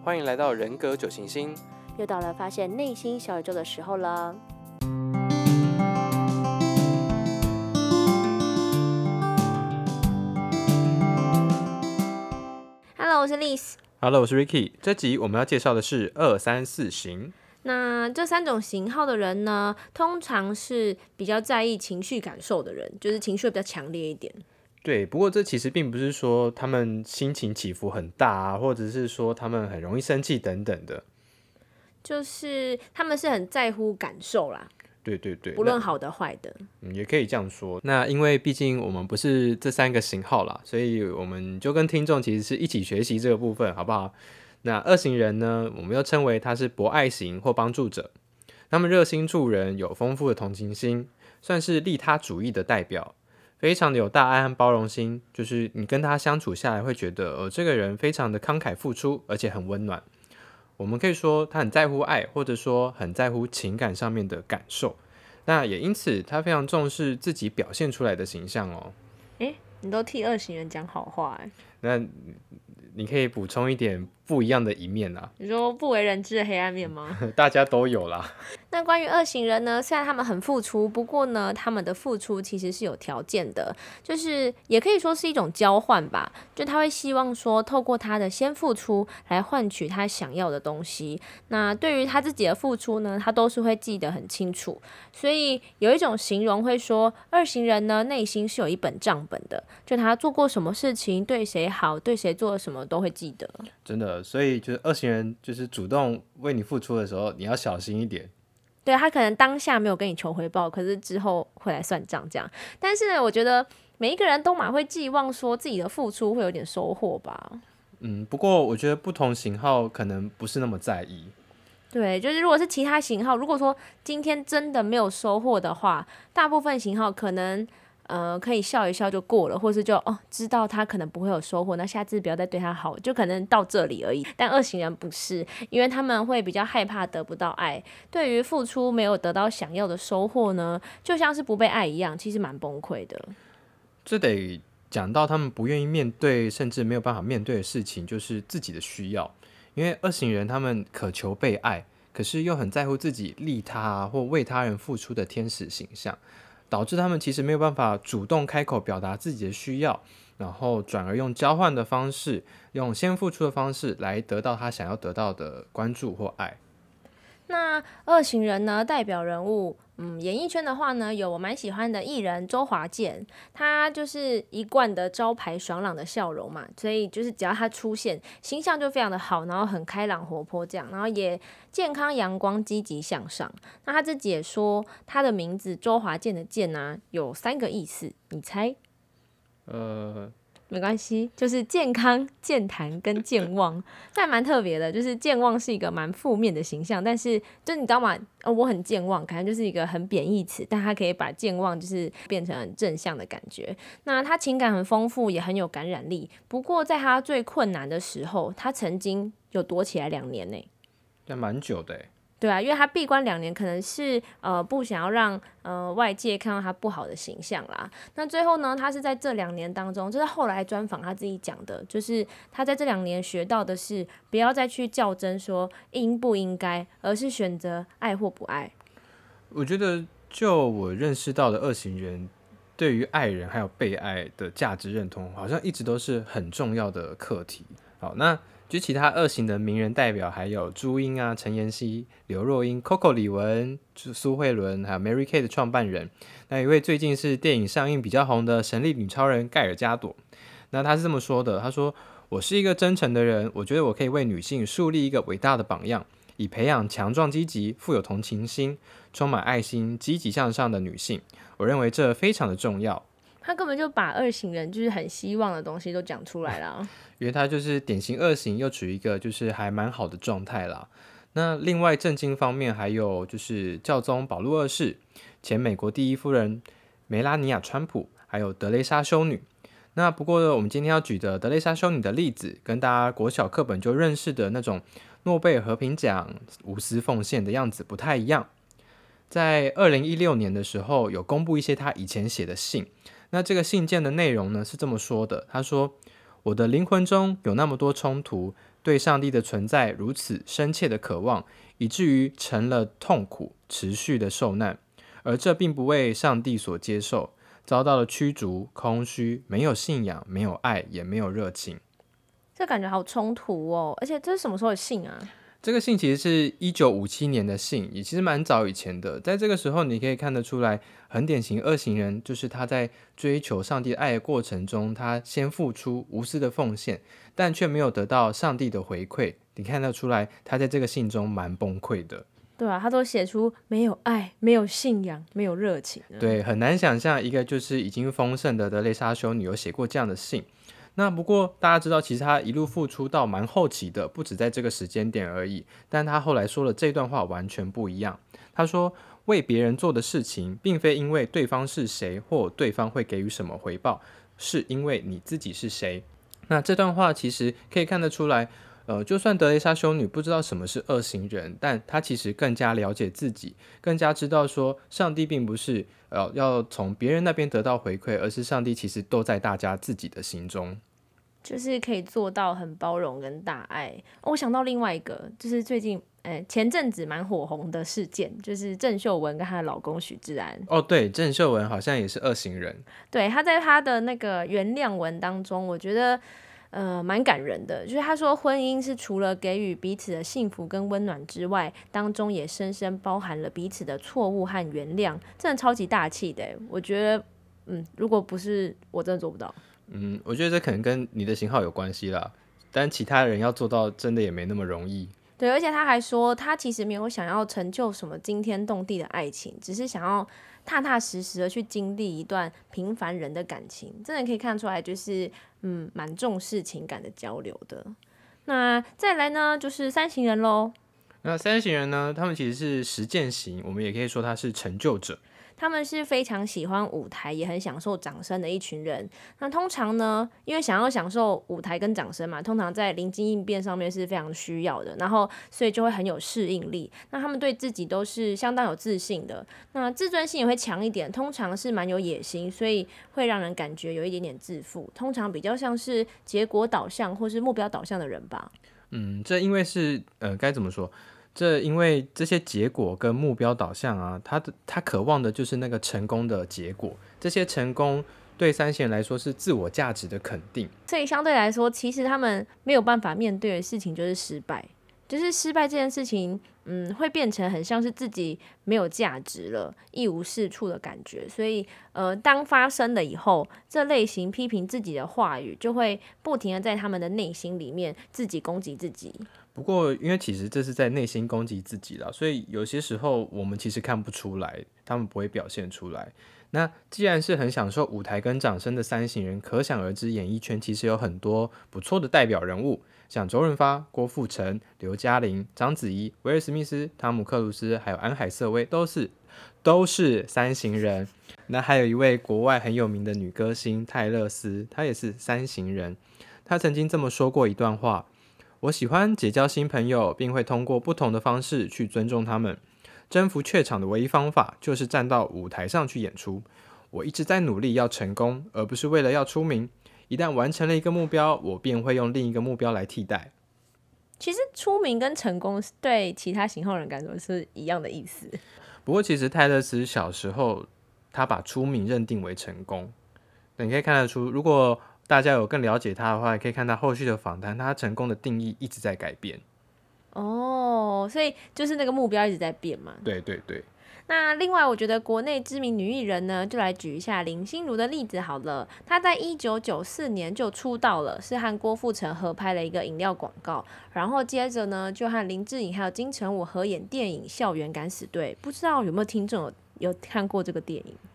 欢迎来到人格九行星， 又到了发现内心小宇宙的时候了。Hello， 我是 Liz。 Hello， 我是 Ricky。这集我们要介绍的是2、3、4型。 那这3种型号的人呢，通常是比较在意情绪感受的人，就是情绪比较强烈一点。 对，不过这其实并不是说他们心情起伏很大啊，或者是说他们很容易生气等等的， 就是他们是很在乎感受啦。 对对对， 不论好的坏的， 也可以这样说。那因为毕竟我们不是这3个型号啦，所以我们就跟听众其实是一起学习这个部分，好不好？那2型人呢，我们又称为他是博爱型或帮助者，他们热心助人，有丰富的同情心，算是利他主义的代表，非常的有大爱和包容心，就是你跟他相处下来会觉得，这个人非常的慷慨付出，而且很温暖。我们可以说他很在乎爱，或者说很在乎情感上面的感受。那也因此，他非常重视自己表现出来的形象哦。 你都替2型人讲好话哎。 那你可以补充一点不一样的一面啊。 你说不为人知的黑暗面吗？ 大家都有啦。 那关于2型人呢，虽然他们很付出，不过呢，他们的付出其实是有条件的，就是也可以说是一种交换吧。就他会希望说，透过他的先付出来换取他想要的东西。那对于他自己的付出呢，他都是会记得很清楚。所以有一种形容会说，2型人呢内心是有一本账本的，就他做过什么事情，对谁好，对谁做了什么都会记得。 真的，所以就是2型人就是主动为你付出的时候，你要小心一点。 对，他可能当下没有跟你求回报，可是之后会来算账这样。但是呢，我觉得每一个人都蛮会寄望说自己的付出会有点收获吧。 不过我觉得不同型号可能不是那么在意。 对，就是如果是其他型号，如果说今天真的没有收获的话，大部分型号可能可以笑一笑就过了，或是就知道他可能不会有收获，那下次不要再对他好，就可能到这里而已。但2型人不是，因为他们会比较害怕得不到爱，对于付出没有得到想要的收获呢，就像是不被爱一样，其实蛮崩溃的。 这得讲到他们不愿意面对，甚至没有办法面对的事情，就是自己的需要。因为2型人他们渴求被爱，可是又很在乎自己利他或为他人付出的天使形象，导致他们其实没有办法主动开口表达自己的需要，然后转而用交换的方式，用先付出的方式来得到他想要得到的关注或爱。 那2型人呢，代表人物，演艺圈的话呢，有我蛮喜欢的艺人周华健，他就是一贯的招牌爽朗的笑容嘛，所以就是只要他出现，形象就非常的好，然后很开朗活泼这样，然后也健康阳光积极向上。那他自己也说，他的名字周华健的健啊，有3个意思，你猜？没关系，就是健康、健谈跟健忘，这还蛮特别的。就是健忘是一个蛮负面的形象，但是就你知道吗？我很健忘，感觉就是一个很贬义词，但他可以把健忘就是变成很正向的感觉。那他情感很丰富，也很有感染力。不过在他最困难的时候，他曾经有躲起来2年呢。 这蛮久的耶。 对啊，因为他闭关2年，可能是不想要让外界看到他不好的形象啦。那最后呢，他是在这2年当中，这是后来专访他自己讲的，就是他在这2年学到的是，不要再去较真说应不应该，而是选择爱或不爱。 我觉得就我认识到的2型人，对于爱人还有被爱的价值认同，好像一直都是很重要的课题。好，那就其他2型的名人代表还有朱茵啊、陈妍希、刘若英、Coco 李玟、苏慧伦，还有 Mary Kay 的创办人。那一位最近是电影上映比较红的神力女超人盖尔加朵。那他是这么说的，他说：“我是一个真诚的人，我觉得我可以为女性树立一个伟大的榜样，以培养强壮、积极、富有同情心、充满爱心、积极向上的女性。我认为这非常的重要。” 他根本就把2型人就是很希望的东西都讲出来了。 因为他就是典型2型，又处于一个就是还蛮好的状态啦。那另外政经方面还有就是教宗保禄2世、前美国第1夫人梅拉尼亚川普，还有德蕾莎修女。那不过我们今天要举的德蕾莎修女的例子，跟大家国小课本就认识的那种诺贝尔和平奖无私奉献的样子不太一样。在2016年的时候，有公布一些他以前写的信。那这个信件的内容呢是这么说的，他说：“我的灵魂中有那么多冲突， 对上帝的存在如此深切的渴望，以至于成了痛苦持续的受难，而这并不为上帝所接受，遭到了驱逐、空虚，没有信仰，没有爱，也没有热情。 这感觉好冲突哦，而且这是什么时候的信啊？ 这个信其实是1957年的信，也其实蛮早以前的。在这个时候，你可以看得出来，很典型二行人，就是他在追求上帝爱的过程中，他先付出无私的奉献，但却没有得到上帝的回馈。你看得出来，他在这个信中蛮崩溃的。 对啊，他都写出没有爱、没有信仰、没有热情。 对，很难想象一个就是已经丰盛的德蕾莎修女有写过这样的信。那不过大家知道，其实他一路付出到蛮后期的，不止在这个时间点而已。但他后来说了这段话完全不一样。他说，为别人做的事情，并非因为对方是谁或对方会给予什么回报，是因为你自己是谁。那这段话其实可以看得出来，就算德蕾莎修女不知道什么是二行人，但她其实更加了解自己，更加知道说，上帝并不是要从别人那边得到回馈，而是上帝其实都在大家自己的心中。 就是可以做到很包容跟大爱。我想到另外一个，就是最近前阵子蛮火红的事件，就是郑秀文跟她的老公许志安。 哦，对，郑秀文好像也是二行人。 对，她在她的那个原谅文当中，我觉得蛮感人的。就是她说，婚姻是除了给予彼此的幸福跟温暖之外，当中也深深包含了彼此的错误和原谅，真的超级大气的。我觉得，如果不是我，真的做不到。 我觉得这可能跟你的型号有关系啦，但其他人要做到真的也没那么容易。 对，而且他还说，他其实没有想要成就什么惊天动地的爱情，只是想要踏踏实实的去经历一段平凡人的感情，真的可以看出来，就是蛮重视情感的交流的。那再来呢，就是三型人咯。 那三型人呢，他们其实是实践型，我们也可以说他是成就者。 他们是非常喜欢舞台，也很享受掌声的一群人。那通常呢，因为想要享受舞台跟掌声嘛，通常在临机应变上面是非常需要的，然后所以就会很有适应力。那他们对自己都是相当有自信的，那自尊心也会强一点，通常是蛮有野心，所以会让人感觉有一点点自负。通常比较像是结果导向或是目标导向的人吧。 这因为是该怎么说？这因为这些结果跟目标导向啊，他渴望的就是那个成功的结果。这些成功对三型人来说是自我价值的肯定， 所以相对来说，其实他们没有办法面对的事情就是失败，就是失败这件事情，会变成很像是自己没有价值了，一无是处的感觉。所以，当发生了以后，这类型批评自己的话语就会不停的在他们的内心里面自己攻击自己。 不过，因为其实这是在内心攻击自己啦，所以有些时候我们其实看不出来，他们不会表现出来。那既然是很享受舞台跟掌声的三型人，可想而知，演艺圈其实有很多不错的代表人物，像周润发、郭富城、刘嘉玲、章子怡、威尔史密斯、汤姆克鲁斯，还有安海瑟薇，都是三型人。那还有一位国外很有名的女歌星泰勒斯，她也是三型人。她曾经这么说过一段话。我喜欢结交新朋友，并会通过不同的方式去尊重他们。征服怯场的唯一方法就是站到舞台上去演出。我一直在努力要成功，而不是为了要出名。一旦完成了一个目标，我便会用另一个目标来替代。 其实出名跟成功对其他型号人感觉是一样的意思。 不过，其实泰勒斯小时候他把出名认定为成功。你可以看得出，如果大家有更了解他的话，也可以看他后续的访谈，他成功的定义一直在改变。 哦，所以就是那个目标一直在变嘛。 对对对。 那另外，我觉得国内知名女艺人呢，就来举一下林心如的例子好了。她在1994年就出道了，是和郭富城合拍了一个饮料广告，然后接着呢，就和林志颖还有金城武合演电影《校园敢死队》。不知道有没有听众有看过这个电影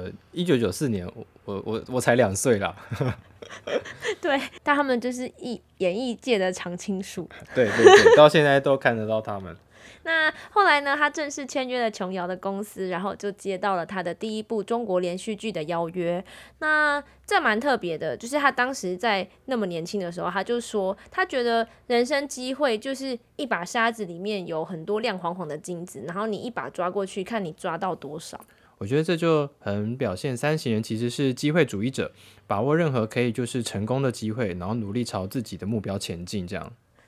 ？1994年，我才2岁啦。 对，但他们就是演艺界的常青树。 对对对，到现在都看得到他们。 那后来呢，他正式签约了琼瑶的公司，然后就接到了他的第一部中国连续剧的邀约。那这蛮特别的，就是他当时在那么年轻的时候，他就说他觉得人生机会就是一把沙子里面有很多亮晃晃的金子，然后你一把抓过去，看你抓到多少。 我觉得这就很表现三型人其实是机会主义者，把握任何可以就是成功的机会，然后努力朝自己的目标前进这样。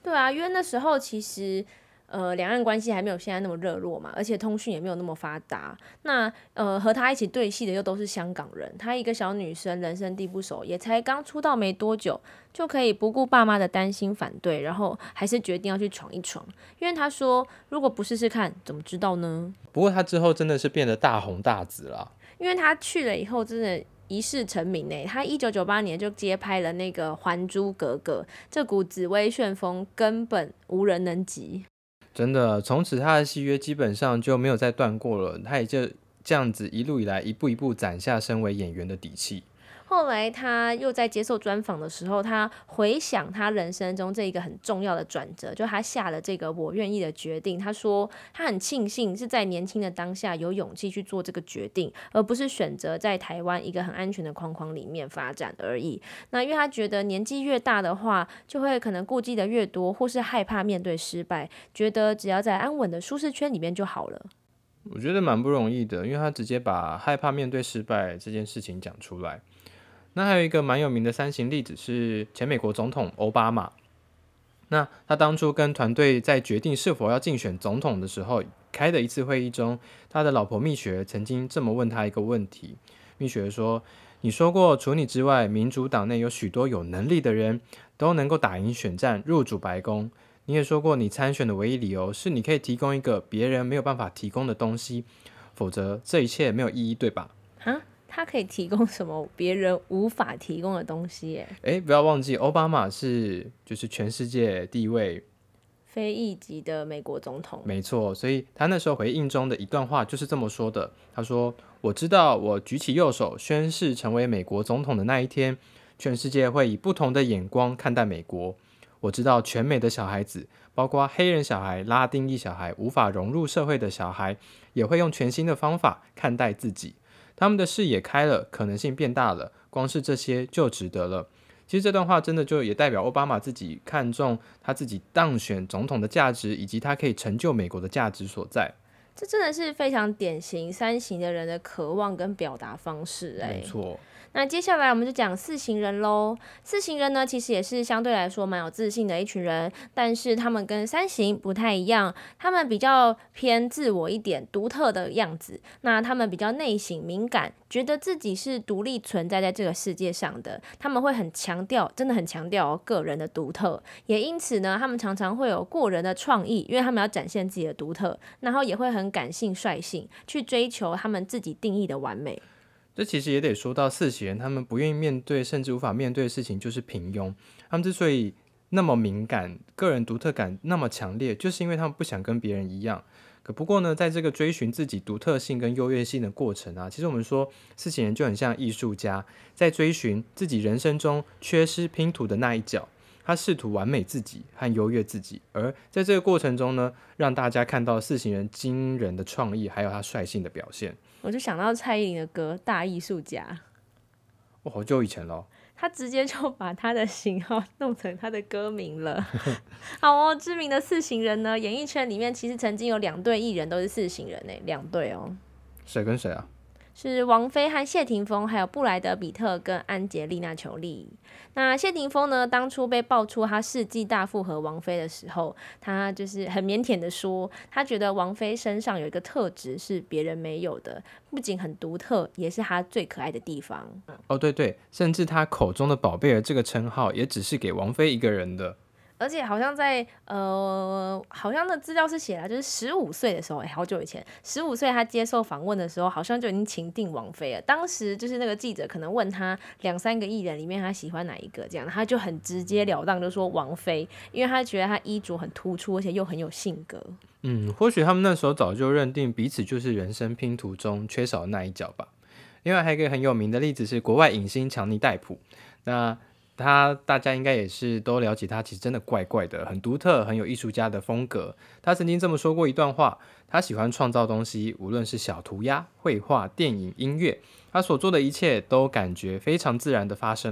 对啊，因为那时候其实两岸关系还没有现在那么热络嘛，而且通讯也没有那么发达。那和他一起对戏的又都是香港人，她一个小女生，人生地不熟，也才刚出道没多久，就可以不顾爸妈的担心反对，然后还是决定要去闯一闯。因为她说，如果不试试看，怎么知道呢？ 不过他之后真的是变得大红大紫啦。 因为她去了以后，真的一世成名呢。她1998年就接拍了那个《还珠格格》，这股紫薇旋风根本无人能及。 真的，从此他的戏约基本上就没有再断过了，他也就这样子一路以来一步一步攒下身为演员的底气。 后来他又在接受专访的时候，他回想他人生中这一个很重要的转折，就他下了这个我愿意的决定。他说他很庆幸是在年轻的当下有勇气去做这个决定，而不是选择在台湾一个很安全的框框里面发展而已。那因为他觉得年纪越大的话，就会可能顾忌的越多，或是害怕面对失败，觉得只要在安稳的舒适圈里面就好了。 我觉得蛮不容易的，因为他直接把害怕面对失败这件事情讲出来。那还有一个蛮有名的三型例子是前美国总统奥巴马。那他当初跟团队在决定是否要竞选总统的时候，开的一次会议中，他的老婆蜜雪曾经这么问他一个问题。蜜雪说：你说过除你之外，民主党内有许多有能力的人都能够打赢选战入主白宫。你也说过你参选的唯一理由是你可以提供一个别人没有办法提供的东西，否则这一切没有意义，对吧？ 他可以提供什么别人无法提供的东西耶？ 不要忘记奥巴马是就是全世界第一位， 非裔级的美国总统。 没错，所以他那时候回应中的一段话就是这么说的。他说：我知道我举起右手宣誓成为美国总统的那一天，全世界会以不同的眼光看待美国。我知道全美的小孩子，包括黑人小孩、拉丁裔小孩、无法融入社会的小孩，也会用全新的方法看待自己。他们的视野开了，可能性变大了，光是这些就值得了。其实这段话真的就也代表奥巴马自己看重他自己当选总统的价值，以及他可以成就美国的价值所在。 这真的是非常典型三型的人的渴望跟表达方式没错。 那接下来我们就讲四型人咯。四型人呢，其实也是相对来说蛮有自信的一群人，但是他们跟三型不太一样，他们比较偏自我一点，独特的样子。那他们比较内省敏感，觉得自己是独立存在在这个世界上的。他们会很强调，真的很强调个人的独特，也因此呢，他们常常会有过人的创意，因为他们要展现自己的独特，然后也会很感性率性，去追求他们自己定义的完美。 这其实也得说到四型人，他们不愿意面对甚至无法面对的事情就是平庸。他们之所以那么敏感，个人独特感那么强烈，就是因为他们不想跟别人一样。可不过呢，在这个追寻自己独特性跟优越性的过程啊，其实我们说四型人就很像艺术家，在追寻自己人生中缺失拼图的那一角。他试图完美自己和优越自己，而在这个过程中呢，让大家看到四型人惊人的创意，还有他率性的表现。 我就想到蔡依林的歌《大艺术家》， 好久以前了。 他直接就把他的型号弄成他的歌名了。好哦，知名的四型人呢，演艺圈里面其实曾经有2对艺人都是四型人呢，2对哦。 谁跟谁啊？ 是王菲和谢霆锋，还有布莱德比特跟安杰丽娜裘丽。那谢霆锋呢，当初被爆出他世纪大复合王菲的时候，他就是很腼腆的说，他觉得王菲身上有一个特质是别人没有的，不仅很独特，也是他最可爱的地方。 哦，对对，甚至他口中的宝贝儿这个称号，也只是给王菲一个人的。 而且好像在好像的资料是写了，就是15岁的时候，好久以前，15岁他接受访问的时候，好像就已经情定王菲了。当时就是那个记者可能问他2-3个艺人里面他喜欢哪一个，这样他就很直截了当就说王菲，因为他觉得他衣着很突出，而且又很有性格。 或许他们那时候早就认定彼此就是人生拼图中缺少的那一角吧。另外还有一个很有名的例子是国外影星强尼戴普，那大家应该也是都了解他，其实真的怪怪的，很独特，很有艺术家的风格。他曾经这么说过一段话，他喜欢创造东西，无论是小涂鸦、绘画、电影、音乐，他所做的一切都感觉非常自然的发生了。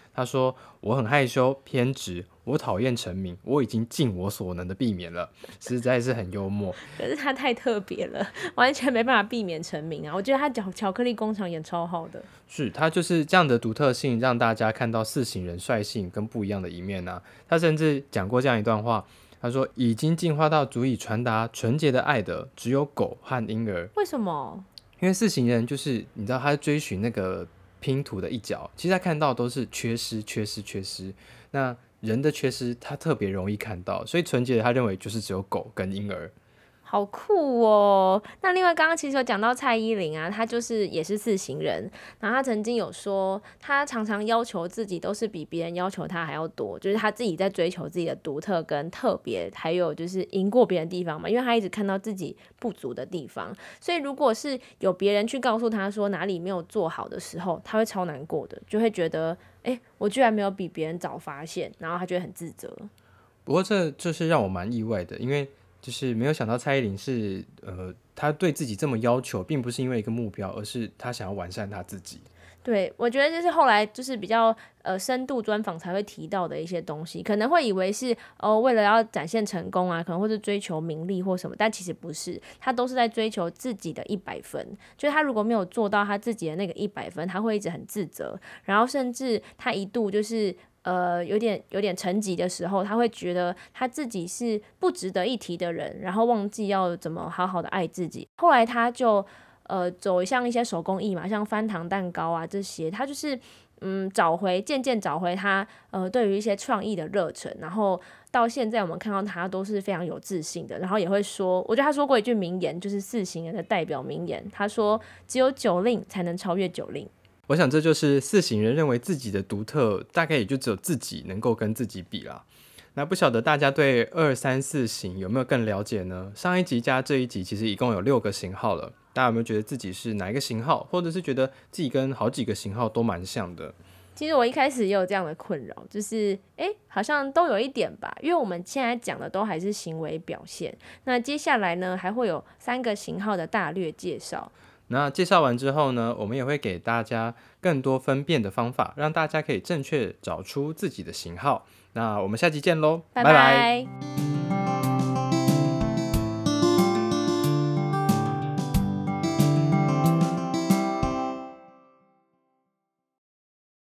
他说我很害羞偏执，我讨厌成名，我已经尽我所能的避免了，实在是很幽默。 可是他太特别了，完全没办法避免成名啊！我觉得他巧克力工厂演超好的， 是他就是这样的独特性，让大家看到四型人率性跟不一样的一面啊。他甚至讲过这样一段话，他说已经进化到足以传达纯洁的爱的只有狗和婴儿。 为什么？ 因为四型人就是你知道他追寻那个拼图的一角，其实他看到都是缺失缺失缺失，那人的缺失他特别容易看到，所以纯洁的他认为就是只有狗跟婴儿。 好酷哦！那另外刚刚其实有讲到蔡依林啊，她就是也是四型人，然后她曾经有说，她常常要求自己都是比别人要求她还要多，就是她自己在追求自己的独特跟特别，还有就是赢过别人的地方嘛，因为她一直看到自己不足的地方，所以如果是有别人去告诉她说哪里没有做好的时候，她会超难过的，就会觉得，我居然没有比别人早发现，然后她觉得很自责。 不过这就是让我蛮意外的，因为就是没有想到蔡依林是她对自己这么要求，并不是因为一个目标，而是她想要完善她自己。 对，我觉得就是后来就是比较深度专访才会提到的一些东西，可能会以为是为了要展现成功啊，可能或是追求名利或什么，但其实不是，他都是在追求自己的100分。就是他如果没有做到他自己的那个100分，他会一直很自责，然后甚至他一度就是有点沉寂的时候，他会觉得他自己是不值得一提的人，然后忘记要怎么好好的爱自己。后来他就走向一些手工艺嘛，像翻糖蛋糕啊这些，他就是渐渐找回他对于一些创意的热忱，然后到现在我们看到他都是非常有自信的，然后也会说，我觉得他说过一句名言，就是四型人的代表名言，他说只有九令才能超越九令。 我想这就是四型人认为自己的独特，大概也就只有自己能够跟自己比啦。那不晓得大家对2、3、4型有没有更了解呢？上一集加这一集其实一共有6个型号了，大家有没有觉得自己是哪一个型号，或者是觉得自己跟好几个型号都蛮像的？ 其实我一开始也有这样的困扰，就是好像都有一点吧，因为我们现在讲的都还是行为表现。那接下来呢，还会有3个型号的大略介绍。 那介绍完之后呢，我们也会给大家更多分辨的方法，让大家可以正确找出自己的型号。那我们下集见喽， 拜拜拜。 拜。